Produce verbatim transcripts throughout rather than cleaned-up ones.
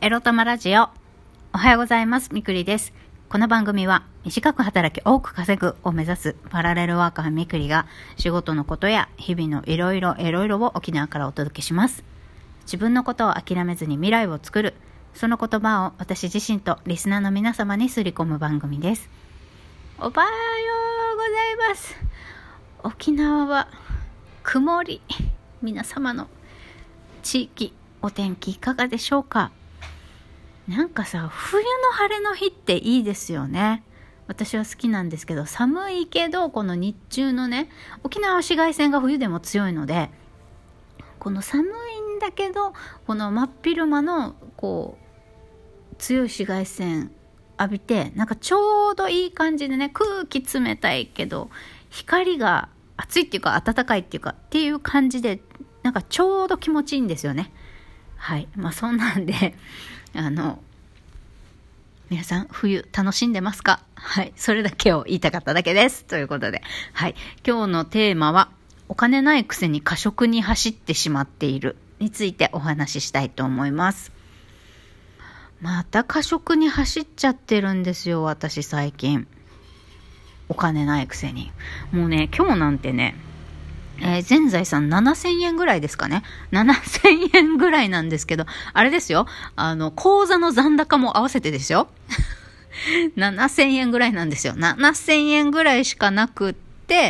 エロ玉ラジオ。おはようございます。みくりです。この番組は短く働き多く稼ぐを目指すパラレルワーカーみくりが仕事のことや日々のいろいろいろいろを沖縄からお届けします。自分のことを諦めずに未来を作る、その言葉を私自身とリスナーの皆様にすり込む番組です。おはようございます。沖縄は曇り。皆様の地域お天気いかがでしょうか。なんかさ、冬の晴れの日っていいですよね。私は好きなんですけど、寒いけどこの日中のね、沖縄は紫外線が冬でも強いので、この寒いんだけどこの真っ昼間のこう強い紫外線浴びて、なんかちょうどいい感じでね、空気冷たいけど光が暑いっていうか暖かいっていうかっていう感じで、なんかちょうど気持ちいいんですよね。はい、まあそんなんであの皆さん冬楽しんでますか？はい、それだけを言いたかっただけですということで、はい、今日のテーマはお金ないくせに過食に走ってしまっているについてお話ししたいと思います。また過食に走っちゃってるんですよ、私最近。お金ないくせにもうね、今日なんてね、えー、全財産ななせんえんぐらいですかね。ななせんえんぐらいなんですけど、あれですよ、あの口座の残高も合わせてですよななせんえんぐらいなんですよ。ななせんえんぐらいしかなくって、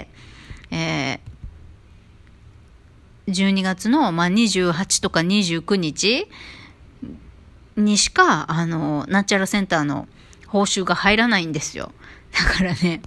えー、じゅうにがつの、まあ、にじゅうはちとかにじゅうくにちにしかあのなんちゃらセンターの報酬が入らないんですよ。だからね、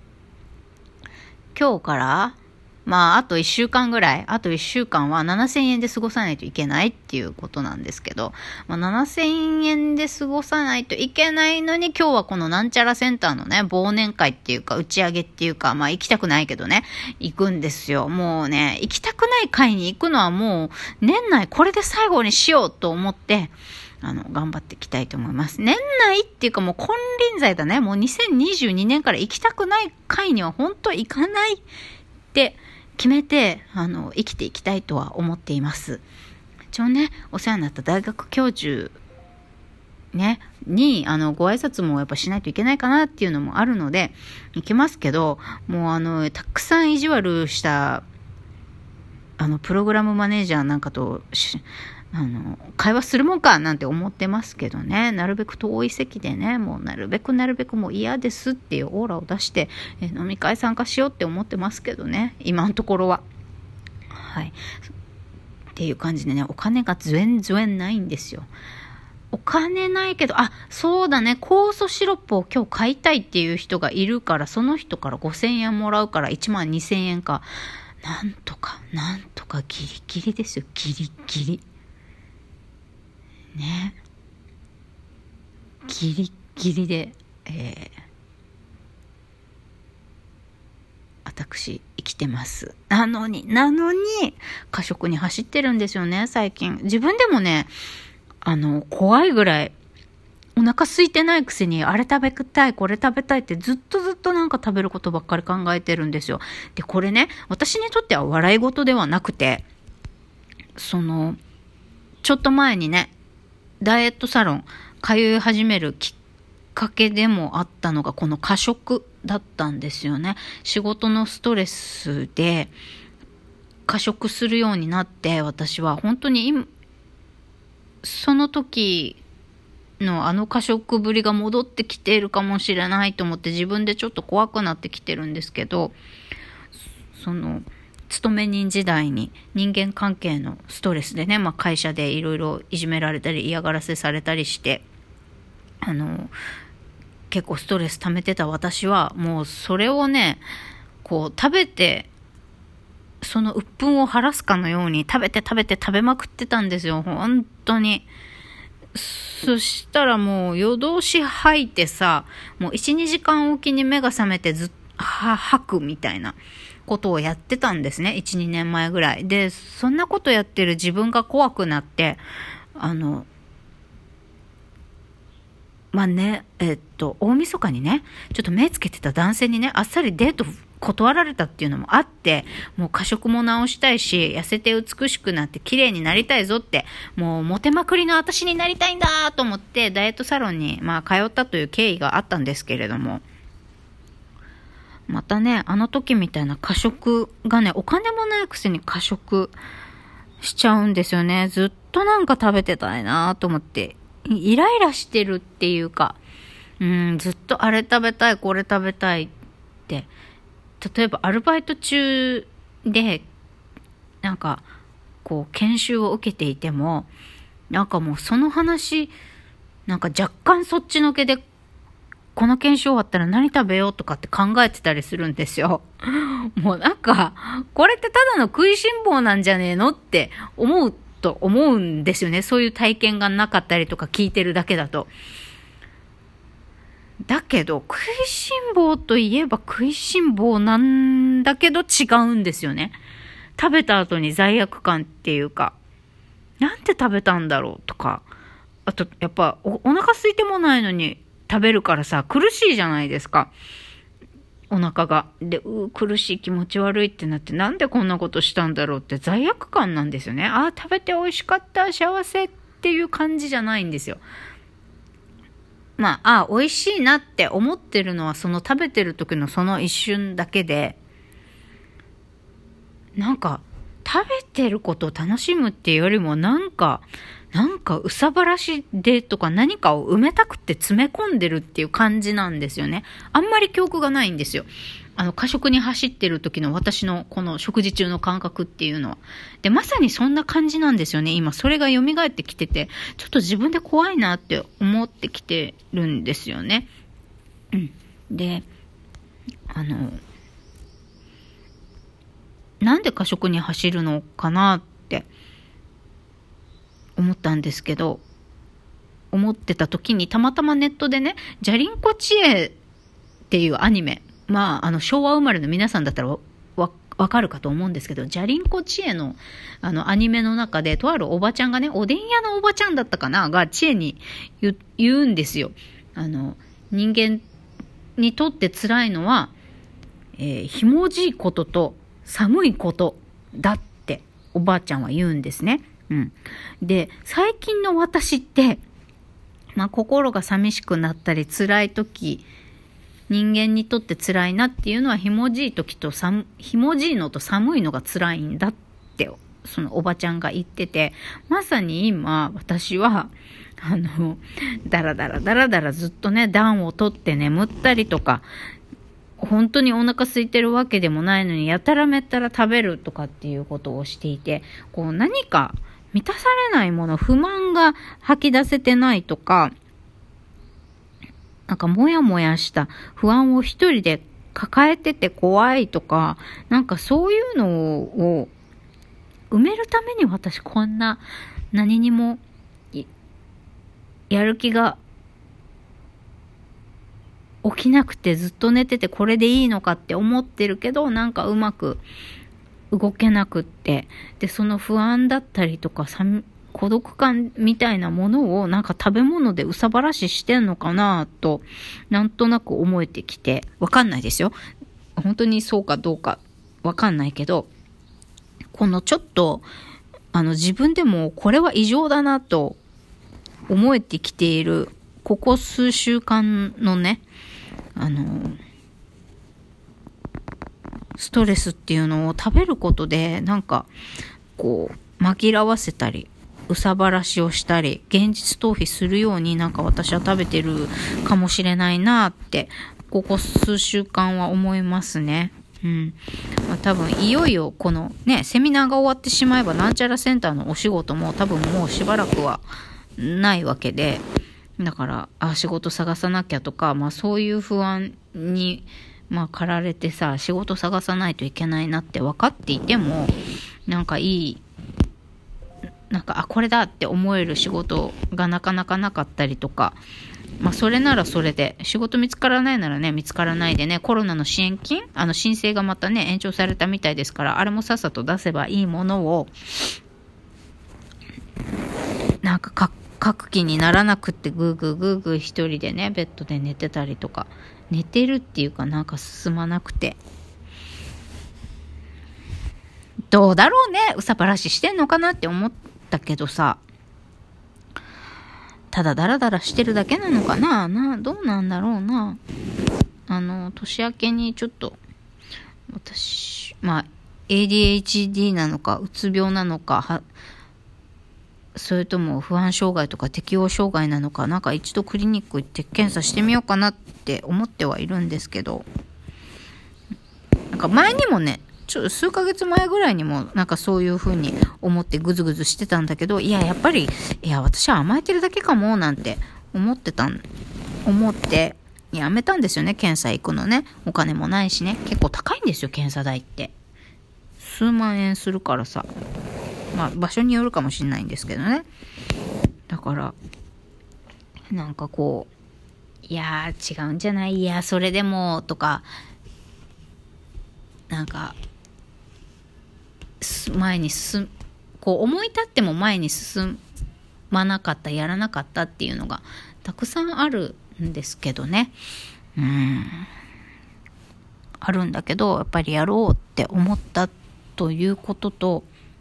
今日からまああといっしゅうかんぐらい、あといっしゅうかんはななせんえんで過ごさないといけないっていうことなんですけど、まあ、ななせんえんで過ごさないといけないのに、今日はこのなんちゃらセンターのね、忘年会っていうか打ち上げっていうか、まあ行きたくないけどね、行くんですよ。もうね、行きたくない会に行くのはもう年内これで最後にしようと思ってあの頑張っていきたいと思います。年内っていうかもう金輪際だね。もうにせんにじゅうにねんから行きたくない会には本当行かないって決めてあの生きていきたいとは思っています。一応ね、お世話になった大学教授ねにあのご挨拶もやっぱしないといけないかなっていうのもあるので行きますけど、もうあのたくさん意地悪したあのプログラムマネージャーなんかとあの会話するもんかなんて思ってますけどね。なるべく遠い席でね、もうなるべくなるべくもう嫌ですっていうオーラを出してえ飲み会参加しようって思ってますけどね、今のところは。はいっていう感じでね、お金が全然ないんですよ。お金ないけど、あ、そうだね、酵素シロップを今日買いたいっていう人がいるから、その人からごせんえんもらうからいちまんにせんえんか、なんとかなんとかギリギリですよ、ギリギリね、ギリギリで、えー、私生きてます。なのになのに過食に走ってるんですよね、最近。自分でもね、あの怖いぐらいお腹空いてないくせに、あれ食べたいこれ食べたいってずっとずっとなんか食べることばっかり考えてるんですよ。でこれね、私にとっては笑い事ではなくて、そのちょっと前にね、ダイエットサロン通い始めるきっかけでもあったのがこの過食だったんですよね。仕事のストレスで過食するようになって、私は本当に今その時のあの過食ぶりが戻ってきているかもしれないと思って、自分でちょっと怖くなってきてるんですけど、その勤め人時代に人間関係のストレスでね、まあ、会社でいろいろいじめられたり嫌がらせされたりして、あの結構ストレス溜めてた私は、もうそれをね、こう食べてその鬱憤を晴らすかのように食べて食べて食べまくってたんですよ、本当に。そしたらもう夜通し吐いてさ、もう いちにじかんおきに目が覚めてずっと吐くみたいなことをやってたんですね、いち、にねんまえぐらいで。そんなことやってる自分が怖くなって、あのまあね、えっと大晦日にね、ちょっと目つけてた男性にね、あっさりデート断られたっていうのもあって、もう過食も直したいし、痩せて美しくなって綺麗になりたいぞって、もうモテまくりの私になりたいんだと思って、ダイエットサロンに、まあ、通ったという経緯があったんですけれども、またね、あの時みたいな過食がね、お金もないくせに過食しちゃうんですよね。ずっとなんか食べてたいなと思って、イライラしてるっていうか、うん、ずっとあれ食べたい、これ食べたいって、例えばアルバイト中でなんかこう研修を受けていても、なんかもうその話なんか若干そっちのけで、この研修終わったら何食べようとかって考えてたりするんですよ。もうなんかこれってただの食いしん坊なんじゃねえのって思うと思うんですよね。そういう体験がなかったりとか聞いてるだけだと。だけど食いしん坊といえば食いしん坊なんだけど違うんですよね。食べた後に罪悪感っていうか、なんて食べたんだろうとか、あとやっぱ お, お腹空いてもないのに食べるからさ、苦しいじゃないですか、お腹が。で、うー苦しい、気持ち悪いってなって、なんでこんなことしたんだろうって罪悪感なんですよね。あー食べて美味しかった、幸せっていう感じじゃないんですよ。まあ、あ、美味しいなって思ってるのはその食べてる時のその一瞬だけで、なんか食べてることを楽しむっていうよりもなんかなんかうさばらしでとか何かを埋めたくて詰め込んでるっていう感じなんですよね。あんまり記憶がないんですよ。あの過食に走ってる時の私のこの食事中の感覚っていうのは。で、まさにそんな感じなんですよね。今それが蘇ってきてて、ちょっと自分で怖いなって思ってきてるんですよね。うん。で、あの、なんで過食に走るのかなって思ったんですけど、思ってた時にたまたまネットでね、じゃりんこ知恵っていうアニメ、まあ、あの昭和生まれの皆さんだったらわわかるかと思うんですけど、じゃりんこ知恵のあのアニメの中でとあるおばちゃんがね、おでん屋のおばちゃんだったかなが知恵に 言, 言うんですよ。あの人間にとって辛いのは、えー、ひもじいことと寒いことだっておばあちゃんは言うんですね。うん。で、最近の私って、まあ、心が寂しくなったり辛い時、人間にとって辛いなっていうのはひもじい時と寒、ひもじいのと寒いのが辛いんだってそのおばちゃんが言ってて、まさに今私はあのだらだらだらだらずっとね暖を取って眠ったりとか、本当にお腹空いてるわけでもないのにやたらめったら食べるとかっていうことをしていて、こう何か満たされないもの、不満が吐き出せてないとか、なんかもやもやした不安を一人で抱えてて怖いとか、なんかそういうのを埋めるために私こんな何にもやる気が起きなくてずっと寝ててこれでいいのかって思ってるけど、なんかうまく動けなくって、でその不安だったりとか孤独感みたいなものをなんか食べ物でうさばらししてんのかなとなんとなく思えてきて、わかんないですよ、本当にそうかどうかわかんないけど、このちょっとあの自分でもこれは異常だなと思えてきているここ数週間のね、あのストレスっていうのを食べることでなんかこう紛らわせたりうさばらしをしたり現実逃避するようになんか私は食べてるかもしれないなってここ数週間は思いますね。うん。まあ、多分いよいよこのねセミナーが終わってしまえばなんちゃらセンターのお仕事も多分もうしばらくはないわけで、だからあ仕事探さなきゃとか、まあそういう不安にまあ駆られてさ、仕事探さないといけないなって分かっていても、なんかいいなんかあこれだって思える仕事がなかなかなかったりとか、まあそれならそれで仕事見つからないならね見つからないでね、コロナの支援金あの申請がまたね延長されたみたいですから、あれもさっさと出せばいいものをなんかか書く気にならなくってグーグーグーグー一人でねベッドで寝てたりとか、寝てるっていうかなんか進まなくて、 どうだろうね。うさばらししてんのかなって思ったけどさ。ただダラダラしてるだけなのかなな、どうなんだろうな。あの、年明けにちょっと、私、まあ、エーディーエイチディー なのか、うつ病なのか、は、それとも不安障害とか適応障害なのか、なんか一度クリニック行って検査してみようかなって思ってはいるんですけど、なんか前にもね、ちょっと数ヶ月前ぐらいにもなんかそういう風に思ってグズグズしてたんだけど、いややっぱりいや私は甘えてるだけかもなんて思ってたん思ってやめたんですよね。検査行くのね、お金もないしね、結構高いんですよ検査代って。数万円するからさ、まあ場所によるかもしれないんですけどね。だからなんかこう、いやー違うんじゃない、いやそれでもとか、なんか前に進こう思い立っても前に進まなかった、やらなかったっていうのがたくさんあるんですけどね。うーんあるんだけど、やっぱりやろうって思ったということと、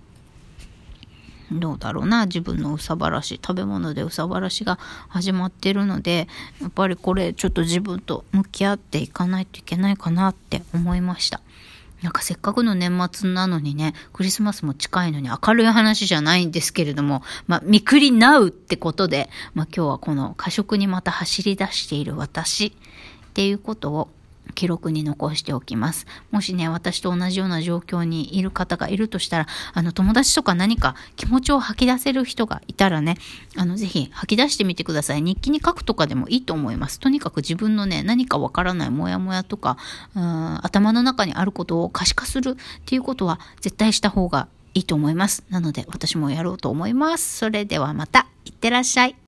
どうだろうな、自分のうさばらし、食べ物でうさばらしが始まってるので、やっぱりこれちょっと自分と向き合っていかないといけないかなって思いました。なんかせっかくの年末なのにね、クリスマスも近いのに明るい話じゃないんですけれども、まあ、みくりなうってことで、まあ今日はこの過食にまた走り出している私っていうことを記録に残しておきます。もしね、私と同じような状況にいる方がいるとしたら、あの友達とか何か気持ちを吐き出せる人がいたらね、あのぜひ吐き出してみてください。日記に書くとかでもいいと思います。とにかく自分のね、何かわからないモヤモヤとか、うーん、頭の中にあることを可視化するっていうことは絶対した方がいいと思います。なので私もやろうと思います。それではまた、いってらっしゃい。